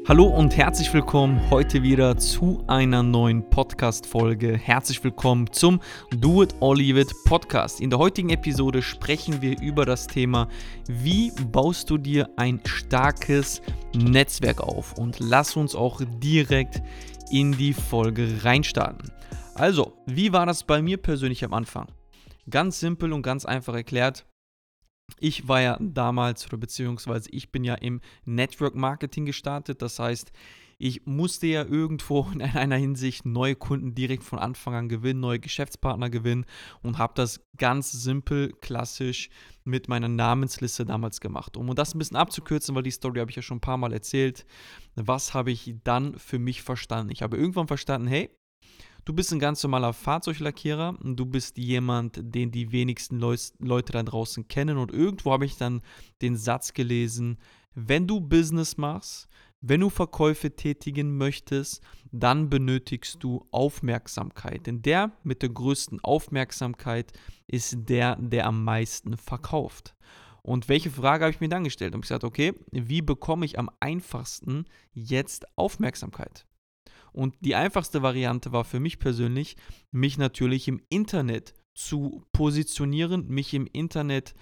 Hallo und herzlich willkommen heute wieder zu einer neuen Podcast-Folge. Herzlich willkommen zum Do It or Leave It Podcast. In der heutigen Episode sprechen wir über das Thema, wie baust du dir ein starkes Netzwerk auf? Und lass uns auch direkt in die Folge reinstarten. Also, wie war das bei mir persönlich am Anfang? Ganz simpel und ganz einfach erklärt. Ich war ja damals, oder beziehungsweise ich bin ja im Network Marketing gestartet. Das heißt, ich musste ja irgendwo in einer Hinsicht neue Kunden direkt von Anfang an gewinnen, neue Geschäftspartner gewinnen und habe das ganz simpel, klassisch mit meiner Namensliste damals gemacht. Um das ein bisschen abzukürzen, weil die Story habe ich ja schon ein paar Mal erzählt, was habe ich dann für mich verstanden? Ich habe irgendwann verstanden, hey, du bist ein ganz normaler Fahrzeuglackierer und du bist jemand, den die wenigsten Leute da draußen kennen. Und irgendwo habe ich dann den Satz gelesen, wenn du Business machst, wenn du Verkäufe tätigen möchtest, dann benötigst du Aufmerksamkeit. Denn der mit der größten Aufmerksamkeit ist der, der am meisten verkauft. Und welche Frage habe ich mir dann gestellt? Und ich gesagt, okay, wie bekomme ich am einfachsten jetzt Aufmerksamkeit? Und die einfachste Variante war für mich persönlich, mich natürlich im Internet zu positionieren, mich im Internet,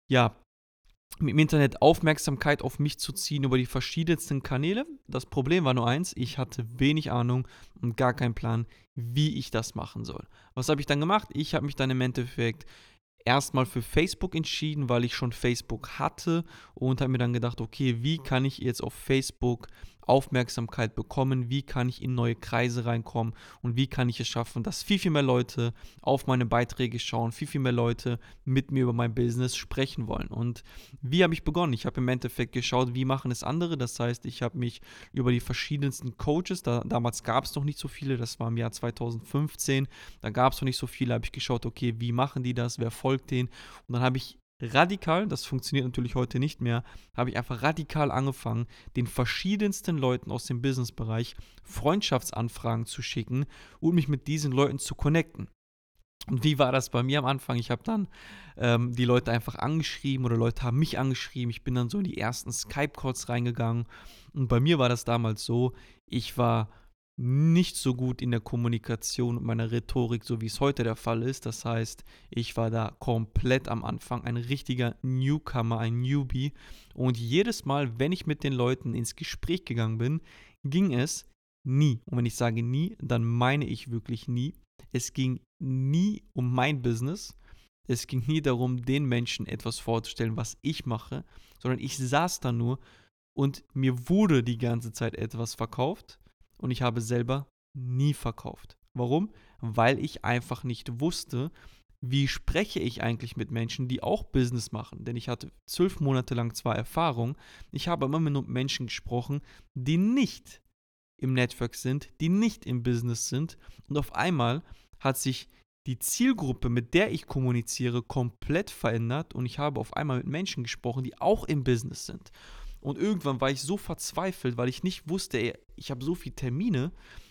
Aufmerksamkeit auf mich zu ziehen über die verschiedensten Kanäle. Das Problem war nur eins, ich hatte wenig Ahnung und gar keinen Plan, wie ich das machen soll. Was habe ich dann gemacht? Ich habe mich dann im Endeffekt erstmal für Facebook entschieden, weil ich schon Facebook hatte und habe mir dann gedacht, okay, wie kann ich jetzt auf Facebook Aufmerksamkeit bekommen, wie kann ich in neue Kreise reinkommen und wie kann ich es schaffen, dass viel mehr Leute auf meine Beiträge schauen, viel mehr Leute mit mir über mein Business sprechen wollen. Und wie habe ich begonnen? Ich habe im Endeffekt geschaut, wie machen es andere, das heißt, ich habe mich über die verschiedensten Coaches, damals gab es noch nicht so viele, das war im Jahr 2015, da gab es noch nicht so viele, habe ich geschaut, okay, wie machen die das, wer folgt denen? Und dann habe ich radikal, das funktioniert natürlich heute nicht mehr, habe ich einfach radikal angefangen, den verschiedensten Leuten aus dem Businessbereich Freundschaftsanfragen zu schicken und mich mit diesen Leuten zu connecten. Und wie war das bei mir am Anfang? Ich habe dann die Leute einfach angeschrieben oder Leute haben mich angeschrieben. Ich bin dann so in die ersten Skype-Calls reingegangen. Und bei mir war das damals so, ich war nicht so gut in der Kommunikation und meiner Rhetorik, so wie es heute der Fall ist. Das heißt, ich war da komplett am Anfang ein richtiger Newcomer, ein Newbie. Und jedes Mal, wenn ich mit den Leuten ins Gespräch gegangen bin, ging es nie. Und wenn ich sage nie, dann meine ich wirklich nie. Es ging nie um mein Business. Es ging nie darum, den Menschen etwas vorzustellen, was ich mache, sondern ich saß da nur und mir wurde die ganze Zeit etwas verkauft. Und ich habe selber nie verkauft. Warum? Weil ich einfach nicht wusste, wie spreche ich eigentlich mit Menschen, die auch Business machen. Denn ich hatte 12 Monate lang zwar Erfahrung, ich habe immer mit Menschen gesprochen, die nicht im Network sind, die nicht im Business sind. Und auf einmal hat sich die Zielgruppe, mit der ich kommuniziere, komplett verändert. Und ich habe auf einmal mit Menschen gesprochen, die auch im Business sind. Und irgendwann war ich so verzweifelt, weil ich nicht wusste, ich habe so viele Termine,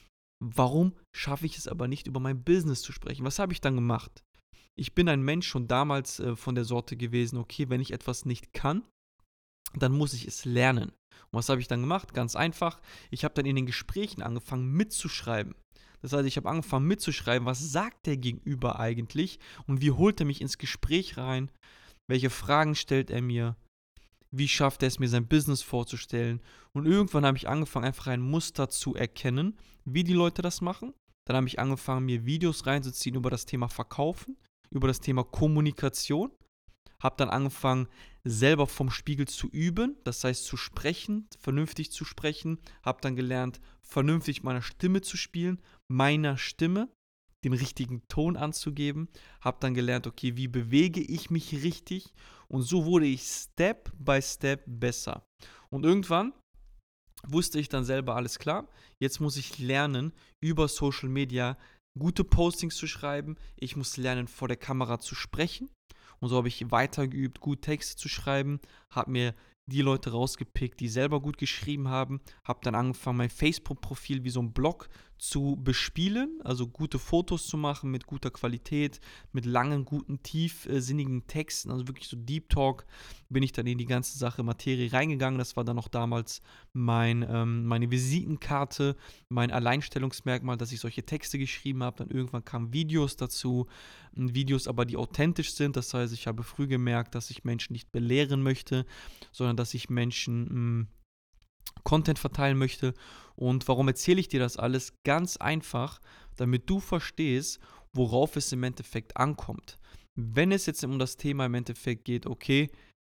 warum schaffe ich es aber nicht, über mein Business zu sprechen? Was habe ich dann gemacht? Ich bin ein Mensch schon damals von der Sorte gewesen, okay, wenn ich etwas nicht kann, dann muss ich es lernen. Und was habe ich dann gemacht? Ganz einfach, ich habe dann in den Gesprächen angefangen mitzuschreiben. Das heißt, ich habe angefangen mitzuschreiben, was sagt der Gegenüber eigentlich und wie holt er mich ins Gespräch rein? Welche Fragen stellt er mir? Wie schafft er es mir, sein Business vorzustellen? Und irgendwann habe ich angefangen, einfach ein Muster zu erkennen, wie die Leute das machen. Dann habe ich angefangen, mir Videos reinzuziehen über das Thema Verkaufen, über das Thema Kommunikation. Habe dann angefangen, selber vom Spiegel zu üben, das heißt zu sprechen, vernünftig zu sprechen. Habe dann gelernt, vernünftig meiner Stimme zu spielen, meiner Stimme den richtigen Ton anzugeben, habe dann gelernt, okay, wie bewege ich mich richtig und so wurde ich Step by Step besser. Und irgendwann wusste ich dann selber, alles klar, jetzt muss ich lernen, über Social Media gute Postings zu schreiben, ich muss lernen, vor der Kamera zu sprechen und so habe ich weiter geübt, gut Texte zu schreiben, habe mir die Leute rausgepickt, die selber gut geschrieben haben, habe dann angefangen, mein Facebook-Profil wie so ein Blog zu bespielen, also gute Fotos zu machen mit guter Qualität, mit langen, guten, tiefsinnigen Texten, also wirklich so Deep Talk, bin ich dann in die ganze Sache Materie reingegangen. Das war dann auch damals meine Visitenkarte, mein Alleinstellungsmerkmal, dass ich solche Texte geschrieben habe. Dann irgendwann kamen Videos dazu, Videos aber, die authentisch sind. Das heißt, ich habe früh gemerkt, dass ich Menschen nicht belehren möchte, sondern dass ich Menschen Content verteilen möchte. Und warum erzähle ich dir das alles? Ganz einfach, damit du verstehst, worauf es im Endeffekt ankommt. Wenn es jetzt um das Thema im Endeffekt geht, okay,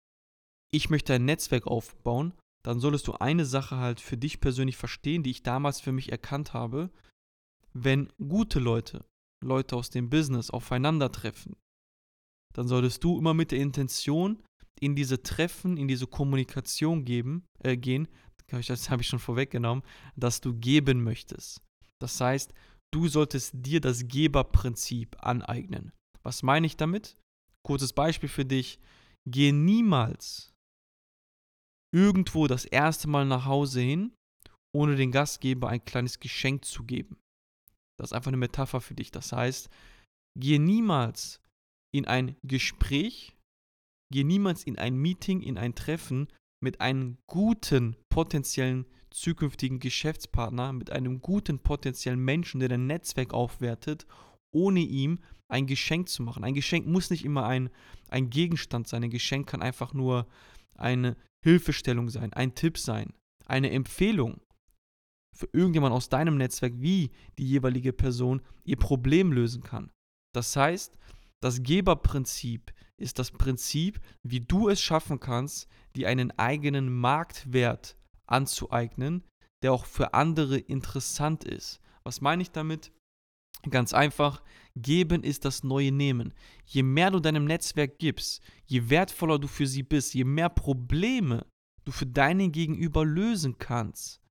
ich möchte ein Netzwerk aufbauen, dann solltest du eine Sache halt für dich persönlich verstehen, die ich damals für mich erkannt habe. Wenn gute Leute, Leute aus dem Business aufeinandertreffen, dann solltest du immer mit der Intention in diese Treffen, in diese Kommunikation gehen, das habe ich schon vorweggenommen, dass du geben möchtest. Das heißt, du solltest dir das Geberprinzip aneignen. Was meine ich damit? Kurzes Beispiel für dich. Geh niemals irgendwo das erste Mal nach Hause hin, ohne den Gastgeber ein kleines Geschenk zu geben. Das ist einfach eine Metapher für dich. Das heißt, geh niemals in ein Gespräch, geh niemals in ein Meeting, in ein Treffen mit einem guten potenziellen zukünftigen Geschäftspartner, mit einem guten potenziellen Menschen, der dein Netzwerk aufwertet, ohne ihm ein Geschenk zu machen. Ein Geschenk muss nicht immer ein Gegenstand sein. Ein Geschenk kann einfach nur eine Hilfestellung sein, ein Tipp sein, eine Empfehlung für irgendjemand aus deinem Netzwerk, wie die jeweilige Person ihr Problem lösen kann. Das heißt, das Geberprinzip ist das Prinzip, wie du es schaffen kannst, dir einen eigenen Marktwert anzueignen, der auch für andere interessant ist. Was meine ich damit? Ganz einfach, geben ist das neue Nehmen. Je mehr du deinem Netzwerk gibst, je wertvoller du für sie bist, je mehr Probleme du für deinen Gegenüber lösen kannst,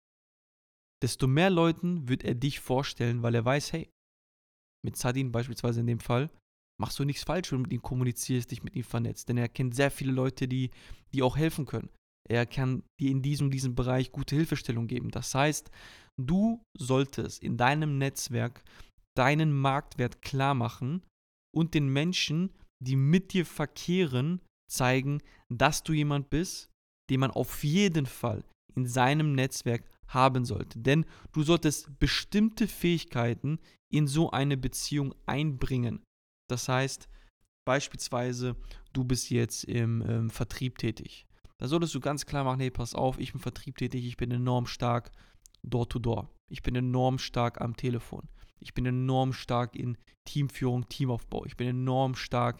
desto mehr Leuten wird er dich vorstellen, weil er weiß, hey, mit Sadin beispielsweise in dem Fall, machst du nichts falsch, wenn du mit ihm kommunizierst, dich mit ihm vernetzt. Denn er kennt sehr viele Leute, die auch helfen können. Er kann dir in diesem Bereich gute Hilfestellung geben. Das heißt, du solltest in deinem Netzwerk deinen Marktwert klar machen und den Menschen, die mit dir verkehren, zeigen, dass du jemand bist, den man auf jeden Fall in seinem Netzwerk haben sollte. Denn du solltest bestimmte Fähigkeiten in so eine Beziehung einbringen. Das heißt, beispielsweise, du bist jetzt im Vertrieb tätig. Da solltest du ganz klar machen, hey, pass auf, ich bin im Vertrieb tätig, ich bin enorm stark Door-to-Door. Ich bin enorm stark am Telefon. Ich bin enorm stark in Teamführung, Teamaufbau. Ich bin enorm stark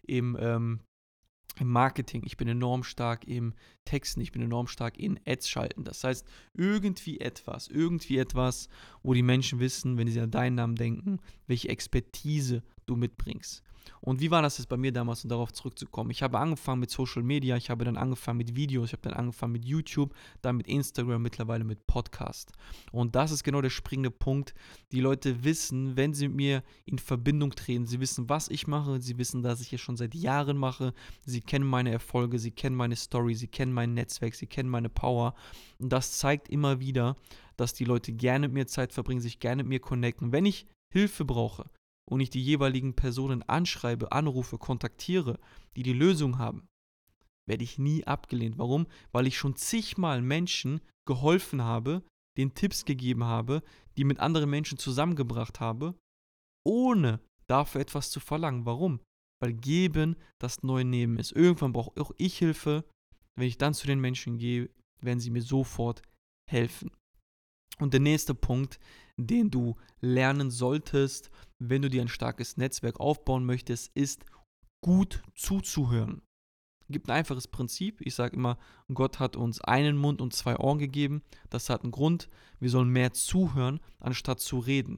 im Marketing. Ich bin enorm stark im Texten. Ich bin enorm stark in Ads schalten. Das heißt, irgendwie etwas, wo die Menschen wissen, wenn sie an deinen Namen denken, welche Expertise du mitbringst. Und wie war das jetzt bei mir damals, um darauf zurückzukommen? Ich habe angefangen mit Social Media, ich habe dann angefangen mit Videos, ich habe dann angefangen mit YouTube, dann mit Instagram, mittlerweile mit Podcast. Und das ist genau der springende Punkt. Die Leute wissen, wenn sie mit mir in Verbindung treten, sie wissen, was ich mache, sie wissen, dass ich es schon seit Jahren mache, sie kennen meine Erfolge, sie kennen meine Story, sie kennen mein Netzwerk, sie kennen meine Power. Und das zeigt immer wieder, dass die Leute gerne mit mir Zeit verbringen, sich gerne mit mir connecten. Wenn ich Hilfe brauche und ich die jeweiligen Personen anschreibe, anrufe, kontaktiere, die Lösung haben, werde ich nie abgelehnt. Warum? Weil ich schon zigmal Menschen geholfen habe, denen Tipps gegeben habe, die mit anderen Menschen zusammengebracht habe, ohne dafür etwas zu verlangen. Warum? Weil geben das neue Nehmen ist. Irgendwann brauche auch ich Hilfe. Wenn ich dann zu den Menschen gehe, werden sie mir sofort helfen. Und der nächste Punkt, den du lernen solltest, wenn du dir ein starkes Netzwerk aufbauen möchtest, ist gut zuzuhören. Es gibt ein einfaches Prinzip. Ich sage immer, Gott hat uns einen Mund und zwei Ohren gegeben. Das hat einen Grund. Wir sollen mehr zuhören, anstatt zu reden.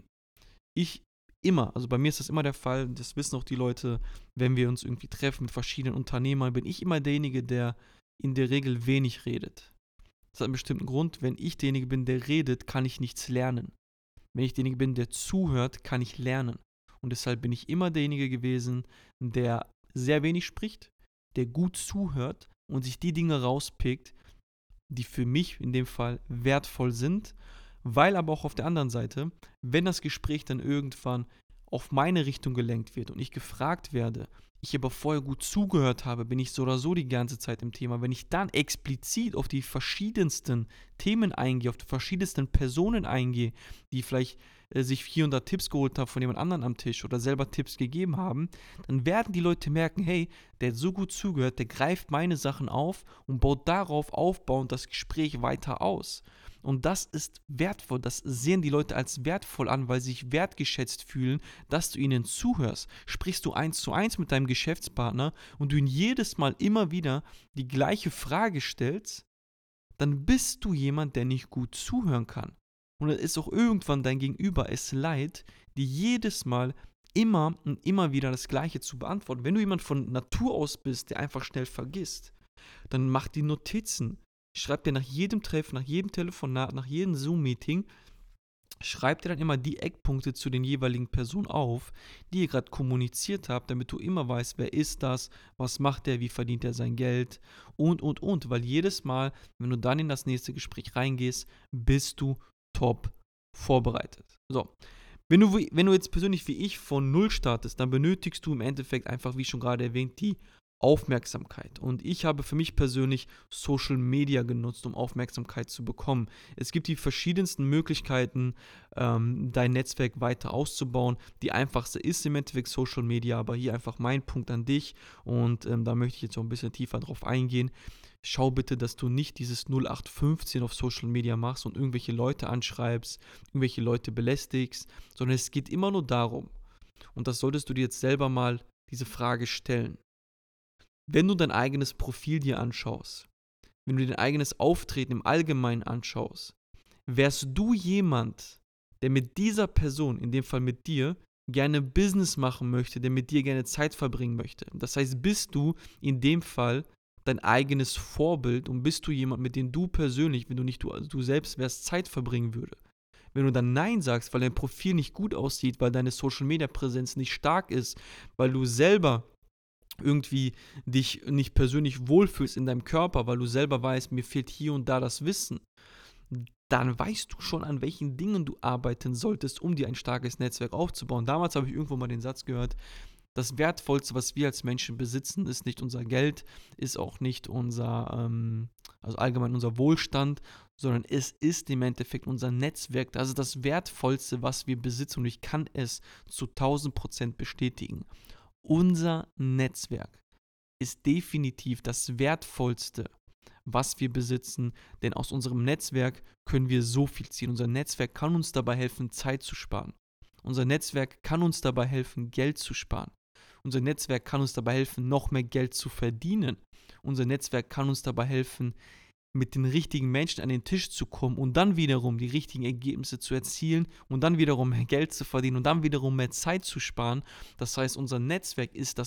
Also bei mir ist das immer der Fall, das wissen auch die Leute, wenn wir uns irgendwie treffen mit verschiedenen Unternehmern, bin ich immer derjenige, der in der Regel wenig redet. Das hat einen bestimmten Grund. Wenn ich derjenige bin, der redet, kann ich nichts lernen. Wenn ich derjenige bin, der zuhört, kann ich lernen. Und deshalb bin ich immer derjenige gewesen, der sehr wenig spricht, der gut zuhört und sich die Dinge rauspickt, die für mich in dem Fall wertvoll sind, Weil aber auch auf der anderen Seite, wenn das Gespräch dann irgendwann auf meine Richtung gelenkt wird und ich gefragt werde, ich aber vorher gut zugehört habe, bin ich so oder so die ganze Zeit im Thema. Wenn ich dann explizit auf die verschiedensten Themen eingehe, auf die verschiedensten Personen eingehe, die vielleicht sich hier und da Tipps geholt haben von jemand anderem am Tisch oder selber Tipps gegeben haben, dann werden die Leute merken, hey, der hat so gut zugehört, der greift meine Sachen auf und baut darauf aufbauend das Gespräch weiter aus. Und das ist wertvoll, das sehen die Leute als wertvoll an, weil sie sich wertgeschätzt fühlen, dass du ihnen zuhörst. Sprichst du 1:1 mit deinem Geschäftspartner und du ihn jedes Mal immer wieder die gleiche Frage stellst, dann bist du jemand, der nicht gut zuhören kann. Und es ist auch irgendwann dein Gegenüber es leid, dir jedes Mal immer und immer wieder das Gleiche zu beantworten. Wenn du jemand von Natur aus bist, der einfach schnell vergisst, dann mach die Notizen. Schreib dir nach jedem Treffen, nach jedem Telefonat, nach jedem Zoom-Meeting, schreib dir dann immer die Eckpunkte zu den jeweiligen Personen auf, die ihr gerade kommuniziert habt, damit du immer weißt, wer ist das, was macht der, wie verdient er sein Geld und. Weil jedes Mal, wenn du dann in das nächste Gespräch reingehst, bist du top vorbereitet. So, wenn du jetzt persönlich wie ich von Null startest, dann benötigst du im Endeffekt einfach, wie schon gerade erwähnt, die Aufmerksamkeit. Und ich habe für mich persönlich Social Media genutzt, um Aufmerksamkeit zu bekommen. Es gibt die verschiedensten Möglichkeiten, dein Netzwerk weiter auszubauen. Die einfachste ist im Endeffekt Social Media, aber hier einfach mein Punkt an dich. Und da möchte ich jetzt auch ein bisschen tiefer drauf eingehen. Schau bitte, dass du nicht dieses 0815 auf Social Media machst und irgendwelche Leute anschreibst, irgendwelche Leute belästigst, sondern es geht immer nur darum, und das solltest du dir jetzt selber mal diese Frage stellen. Wenn du dein eigenes Profil dir anschaust, wenn du dein eigenes Auftreten im Allgemeinen anschaust, wärst du jemand, der mit dieser Person, in dem Fall mit dir, gerne Business machen möchte, der mit dir gerne Zeit verbringen möchte. Das heißt, bist du in dem Fall dein eigenes Vorbild und bist du jemand, mit dem du persönlich, wenn du nicht du selbst wärst, Zeit verbringen würde. Wenn du dann Nein sagst, weil dein Profil nicht gut aussieht, weil deine Social-Media-Präsenz nicht stark ist, weil du selber irgendwie dich nicht persönlich wohlfühlst in deinem Körper, weil du selber weißt, mir fehlt hier und da das Wissen, dann weißt du schon, an welchen Dingen du arbeiten solltest, um dir ein starkes Netzwerk aufzubauen. Damals habe ich irgendwo mal den Satz gehört, das Wertvollste, was wir als Menschen besitzen, ist nicht unser Geld, ist auch nicht also allgemein unser Wohlstand, sondern es ist im Endeffekt unser Netzwerk. Das ist das Wertvollste, was wir besitzen und ich kann es zu 1000% bestätigen. Unser Netzwerk ist definitiv das Wertvollste, was wir besitzen, denn aus unserem Netzwerk können wir so viel ziehen. Unser Netzwerk kann uns dabei helfen, Zeit zu sparen. Unser Netzwerk kann uns dabei helfen, Geld zu sparen. Unser Netzwerk kann uns dabei helfen, noch mehr Geld zu verdienen. Unser Netzwerk kann uns dabei helfen, mit den richtigen Menschen an den Tisch zu kommen und dann wiederum die richtigen Ergebnisse zu erzielen und dann wiederum mehr Geld zu verdienen und dann wiederum mehr Zeit zu sparen. Das heißt, unser Netzwerk ist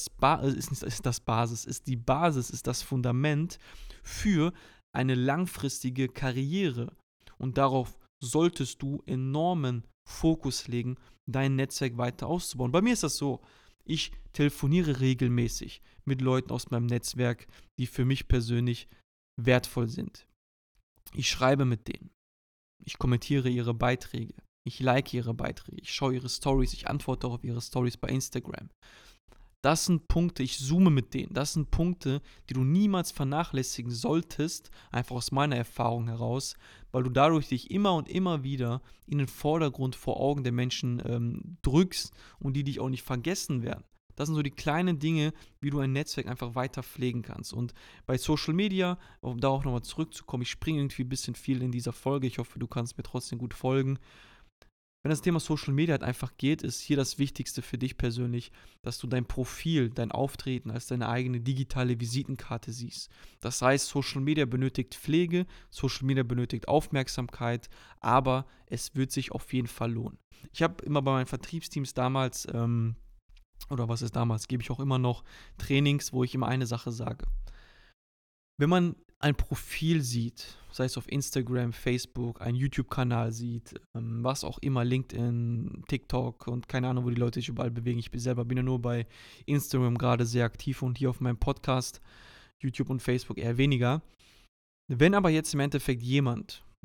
ist die Basis, ist das Fundament für eine langfristige Karriere. Und darauf solltest du enormen Fokus legen, dein Netzwerk weiter auszubauen. Bei mir ist das so, ich telefoniere regelmäßig mit Leuten aus meinem Netzwerk, die für mich persönlich wertvoll sind. Ich schreibe mit denen. Ich kommentiere ihre Beiträge. Ich like ihre Beiträge. Ich schaue ihre Stories. Ich antworte auch auf ihre Stories bei Instagram. Das sind Punkte, ich zoome mit denen. Das sind Punkte, die du niemals vernachlässigen solltest, einfach aus meiner Erfahrung heraus, weil du dadurch dich immer und immer wieder in den Vordergrund vor Augen der Menschen drückst und die dich auch nicht vergessen werden. Das sind so die kleinen Dinge, wie du ein Netzwerk einfach weiter pflegen kannst. Und bei Social Media, um darauf nochmal zurückzukommen, ich springe irgendwie ein bisschen viel in dieser Folge. Ich hoffe, du kannst mir trotzdem gut folgen. Wenn das Thema Social Media halt einfach geht, ist hier das Wichtigste für dich persönlich, dass du dein Profil, dein Auftreten als deine eigene digitale Visitenkarte siehst. Das heißt, Social Media benötigt Pflege, Social Media benötigt Aufmerksamkeit, aber es wird sich auf jeden Fall lohnen. Ich habe immer bei meinen Vertriebsteams damals, oder was ist damals, gebe ich auch immer noch Trainings, wo ich immer eine Sache sage. Wenn man ein Profil sieht, sei es auf Instagram, Facebook, einen YouTube-Kanal sieht, was auch immer, LinkedIn, TikTok und keine Ahnung, wo die Leute sich überall bewegen. Ich bin ja nur bei Instagram gerade sehr aktiv und hier auf meinem Podcast, YouTube und Facebook eher weniger. Wenn aber jetzt im Endeffekt jemand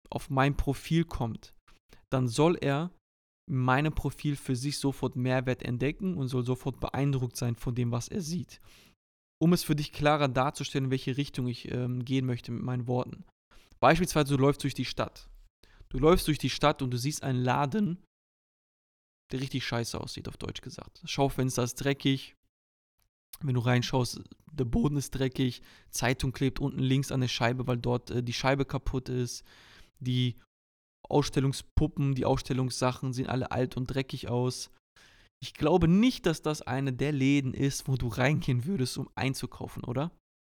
auf mein Profil kommt, dann soll er in meinem Profil für sich sofort Mehrwert entdecken und soll sofort beeindruckt sein von dem, was er sieht. Um es für dich klarer darzustellen, in welche Richtung ich gehen möchte mit meinen Worten. Beispielsweise, du läufst durch die Stadt. Du läufst durch die Stadt und du siehst einen Laden, der richtig scheiße aussieht, auf Deutsch gesagt. Das Schaufenster ist dreckig. Wenn du reinschaust, der Boden ist dreckig. Zeitung klebt unten links an der Scheibe, weil dort die Scheibe kaputt ist. Die Ausstellungspuppen, die Ausstellungssachen sehen alle alt und dreckig aus. Ich glaube nicht, dass das eine der Läden ist, wo du reingehen würdest, um einzukaufen, oder?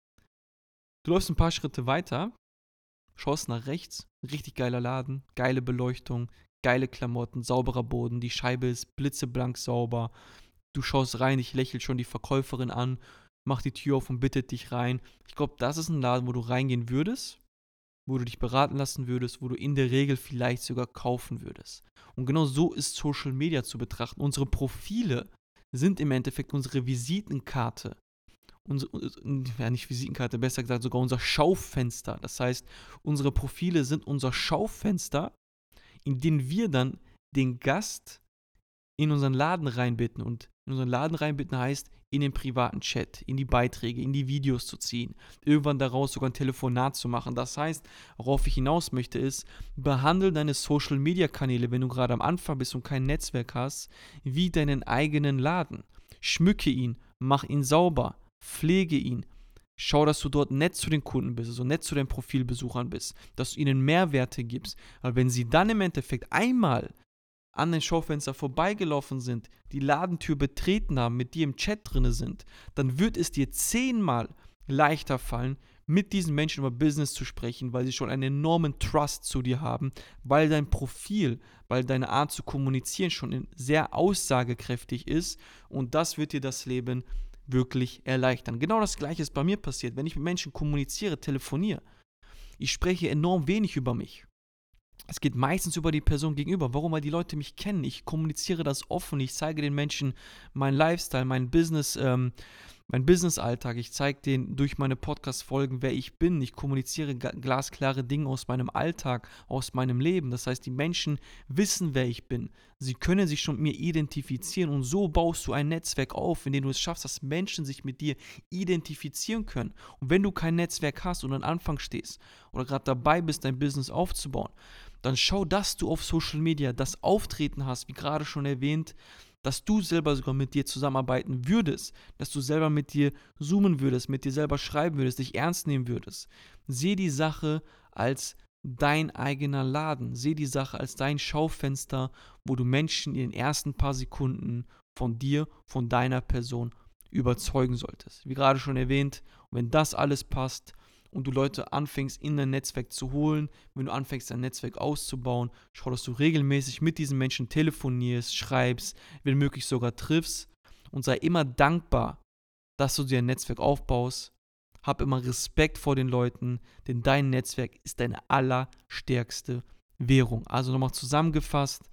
Du läufst ein paar Schritte weiter, schaust nach rechts, richtig geiler Laden, geile Beleuchtung, geile Klamotten, sauberer Boden, die Scheibe ist blitzeblank sauber. Du schaust rein, dich lächelt schon die Verkäuferin an, macht die Tür auf und bittet dich rein. Ich glaube, das ist ein Laden, wo du reingehen würdest, wo du dich beraten lassen würdest, wo du in der Regel vielleicht sogar kaufen würdest. Und genau so ist Social Media zu betrachten. Unsere Profile sind im Endeffekt unsere Visitenkarte. Nicht Visitenkarte, besser gesagt sogar unser Schaufenster. Das heißt, unsere Profile sind unser Schaufenster, in dem wir dann den Gast in unseren Laden reinbitten. Und in unseren Laden reinbitten heißt, in den privaten Chat, in die Beiträge, in die Videos zu ziehen, irgendwann daraus sogar ein Telefonat zu machen. Das heißt, worauf ich hinaus möchte, ist, behandle deine Social-Media-Kanäle, wenn du gerade am Anfang bist und kein Netzwerk hast, wie deinen eigenen Laden. Schmücke ihn, mach ihn sauber, pflege ihn. Schau, dass du dort nett zu den Kunden bist, also nett zu den Profilbesuchern bist, dass du ihnen Mehrwerte gibst. Weil wenn sie dann im Endeffekt einmal an den Schaufenster vorbeigelaufen sind, die Ladentür betreten haben, mit dir im Chat drin sind, dann wird es dir 10-mal leichter fallen, mit diesen Menschen über Business zu sprechen, weil sie schon einen enormen Trust zu dir haben, weil dein Profil, weil deine Art zu kommunizieren schon sehr aussagekräftig ist und das wird dir das Leben wirklich erleichtern. Genau das Gleiche ist bei mir passiert. Wenn ich mit Menschen kommuniziere, telefoniere, ich spreche enorm wenig über mich. Es geht meistens über die Person gegenüber. Warum? Weil die Leute mich kennen. Ich kommuniziere das offen. Ich zeige den Menschen meinen Lifestyle, mein Business-Alltag. Ich zeige denen durch meine Podcast-Folgen, wer ich bin. Ich kommuniziere glasklare Dinge aus meinem Alltag, aus meinem Leben. Das heißt, die Menschen wissen, wer ich bin. Sie können sich schon mit mir identifizieren und so baust du ein Netzwerk auf, in dem du es schaffst, dass Menschen sich mit dir identifizieren können. Und wenn du kein Netzwerk hast und am Anfang stehst oder gerade dabei bist, dein Business aufzubauen, dann schau, dass du auf Social Media das Auftreten hast, wie gerade schon erwähnt, dass du selber sogar mit dir zusammenarbeiten würdest, dass du selber mit dir zoomen würdest, mit dir selber schreiben würdest, dich ernst nehmen würdest. Seh die Sache als dein eigener Laden, seh die Sache als dein Schaufenster, wo du Menschen in den ersten paar Sekunden von dir, von deiner Person überzeugen solltest. Wie gerade schon erwähnt, wenn das alles passt, und du Leute anfängst, in dein Netzwerk zu holen, wenn du anfängst, dein Netzwerk auszubauen, schau, dass du regelmäßig mit diesen Menschen telefonierst, schreibst, wenn möglich sogar triffst und sei immer dankbar, dass du dir ein Netzwerk aufbaust. Hab immer Respekt vor den Leuten, denn dein Netzwerk ist deine allerstärkste Währung. Also nochmal zusammengefasst,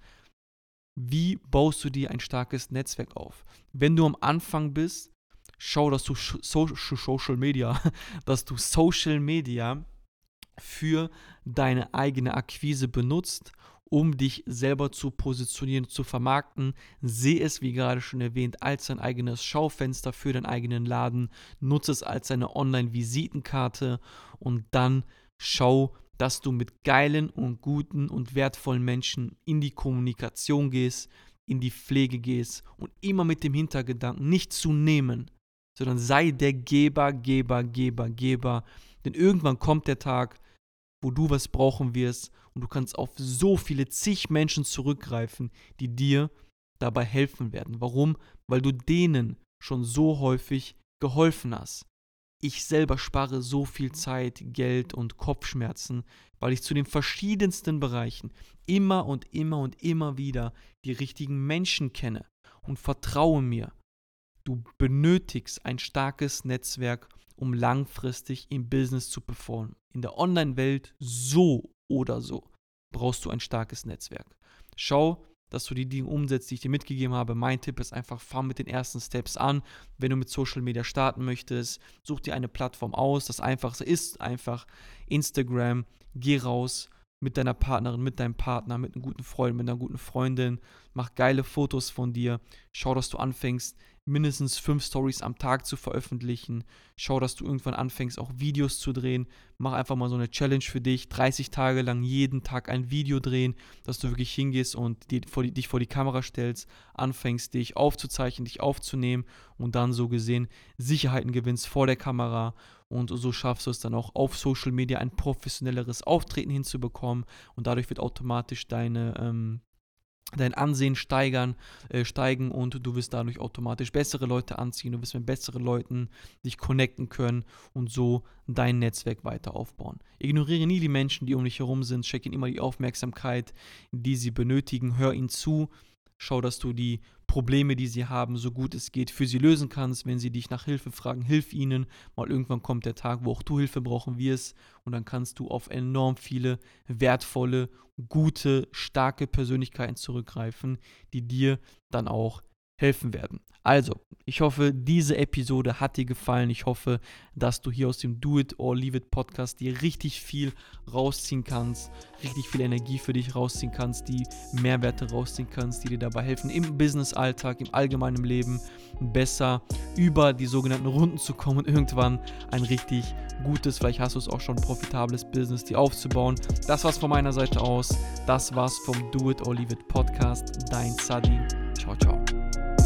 wie baust du dir ein starkes Netzwerk auf? Wenn du am Anfang bist, schau, dass du Social Media für deine eigene Akquise benutzt, um dich selber zu positionieren, zu vermarkten. Sehe es, wie gerade schon erwähnt, als dein eigenes Schaufenster für deinen eigenen Laden. Nutze es als deine Online-Visitenkarte und dann schau, dass du mit geilen und guten und wertvollen Menschen in die Kommunikation gehst, in die Pflege gehst und immer mit dem Hintergedanken, nicht zu nehmen, sondern sei der Geber. Denn irgendwann kommt der Tag, wo du was brauchen wirst und du kannst auf so viele zig Menschen zurückgreifen, die dir dabei helfen werden. Warum? Weil du denen schon so häufig geholfen hast. Ich selber spare so viel Zeit, Geld und Kopfschmerzen, weil ich zu den verschiedensten Bereichen immer wieder die richtigen Menschen kenne. Und vertraue mir, du benötigst ein starkes Netzwerk, um langfristig im Business zu performen. In der Online-Welt so oder so brauchst du ein starkes Netzwerk. Schau, dass du die Dinge umsetzt, die ich dir mitgegeben habe. Mein Tipp ist einfach, fang mit den ersten Steps an. Wenn du mit Social Media starten möchtest, such dir eine Plattform aus. Das Einfachste ist einfach Instagram. Geh raus mit deiner Partnerin, mit deinem Partner, mit einem guten Freund, mit einer guten Freundin. Mach geile Fotos von dir. Schau, dass du anfängst, mindestens 5 Stories am Tag zu veröffentlichen. Schau, dass du irgendwann anfängst, auch Videos zu drehen. Mach einfach mal so eine Challenge für dich. 30 Tage lang jeden Tag ein Video drehen, dass du wirklich hingehst und dich vor die Kamera stellst, anfängst, dich aufzuzeichnen, dich aufzunehmen und dann so gesehen Sicherheiten gewinnst vor der Kamera. Und so schaffst du es dann auch auf Social Media ein professionelleres Auftreten hinzubekommen. Und dadurch wird automatisch dein Ansehen steigen und du wirst dadurch automatisch bessere Leute anziehen, du wirst mit besseren Leuten dich connecten können und so dein Netzwerk weiter aufbauen. Ignoriere nie die Menschen, die um dich herum sind, schenk ihnen immer die Aufmerksamkeit, die sie benötigen, hör ihnen zu, schau, dass du die Probleme, die sie haben, so gut es geht, für sie lösen kannst. Wenn sie dich nach Hilfe fragen, hilf ihnen. Mal irgendwann kommt der Tag, wo auch du Hilfe brauchen wirst. Und dann kannst du auf enorm viele wertvolle, gute, starke Persönlichkeiten zurückgreifen, die dir dann auch helfen werden. Also, ich hoffe, diese Episode hat dir gefallen. Ich hoffe, dass du hier aus dem Do It or Leave It Podcast dir richtig viel rausziehen kannst, richtig viel Energie für dich rausziehen kannst, die Mehrwerte rausziehen kannst, die dir dabei helfen, im Business-Alltag, im allgemeinen Leben besser über die sogenannten Runden zu kommen und irgendwann ein richtig gutes, vielleicht hast du es auch schon, profitables Business dir aufzubauen. Das war's von meiner Seite aus. Das war's vom Do It or Leave It Podcast. Dein Sadi. Ciao, ciao.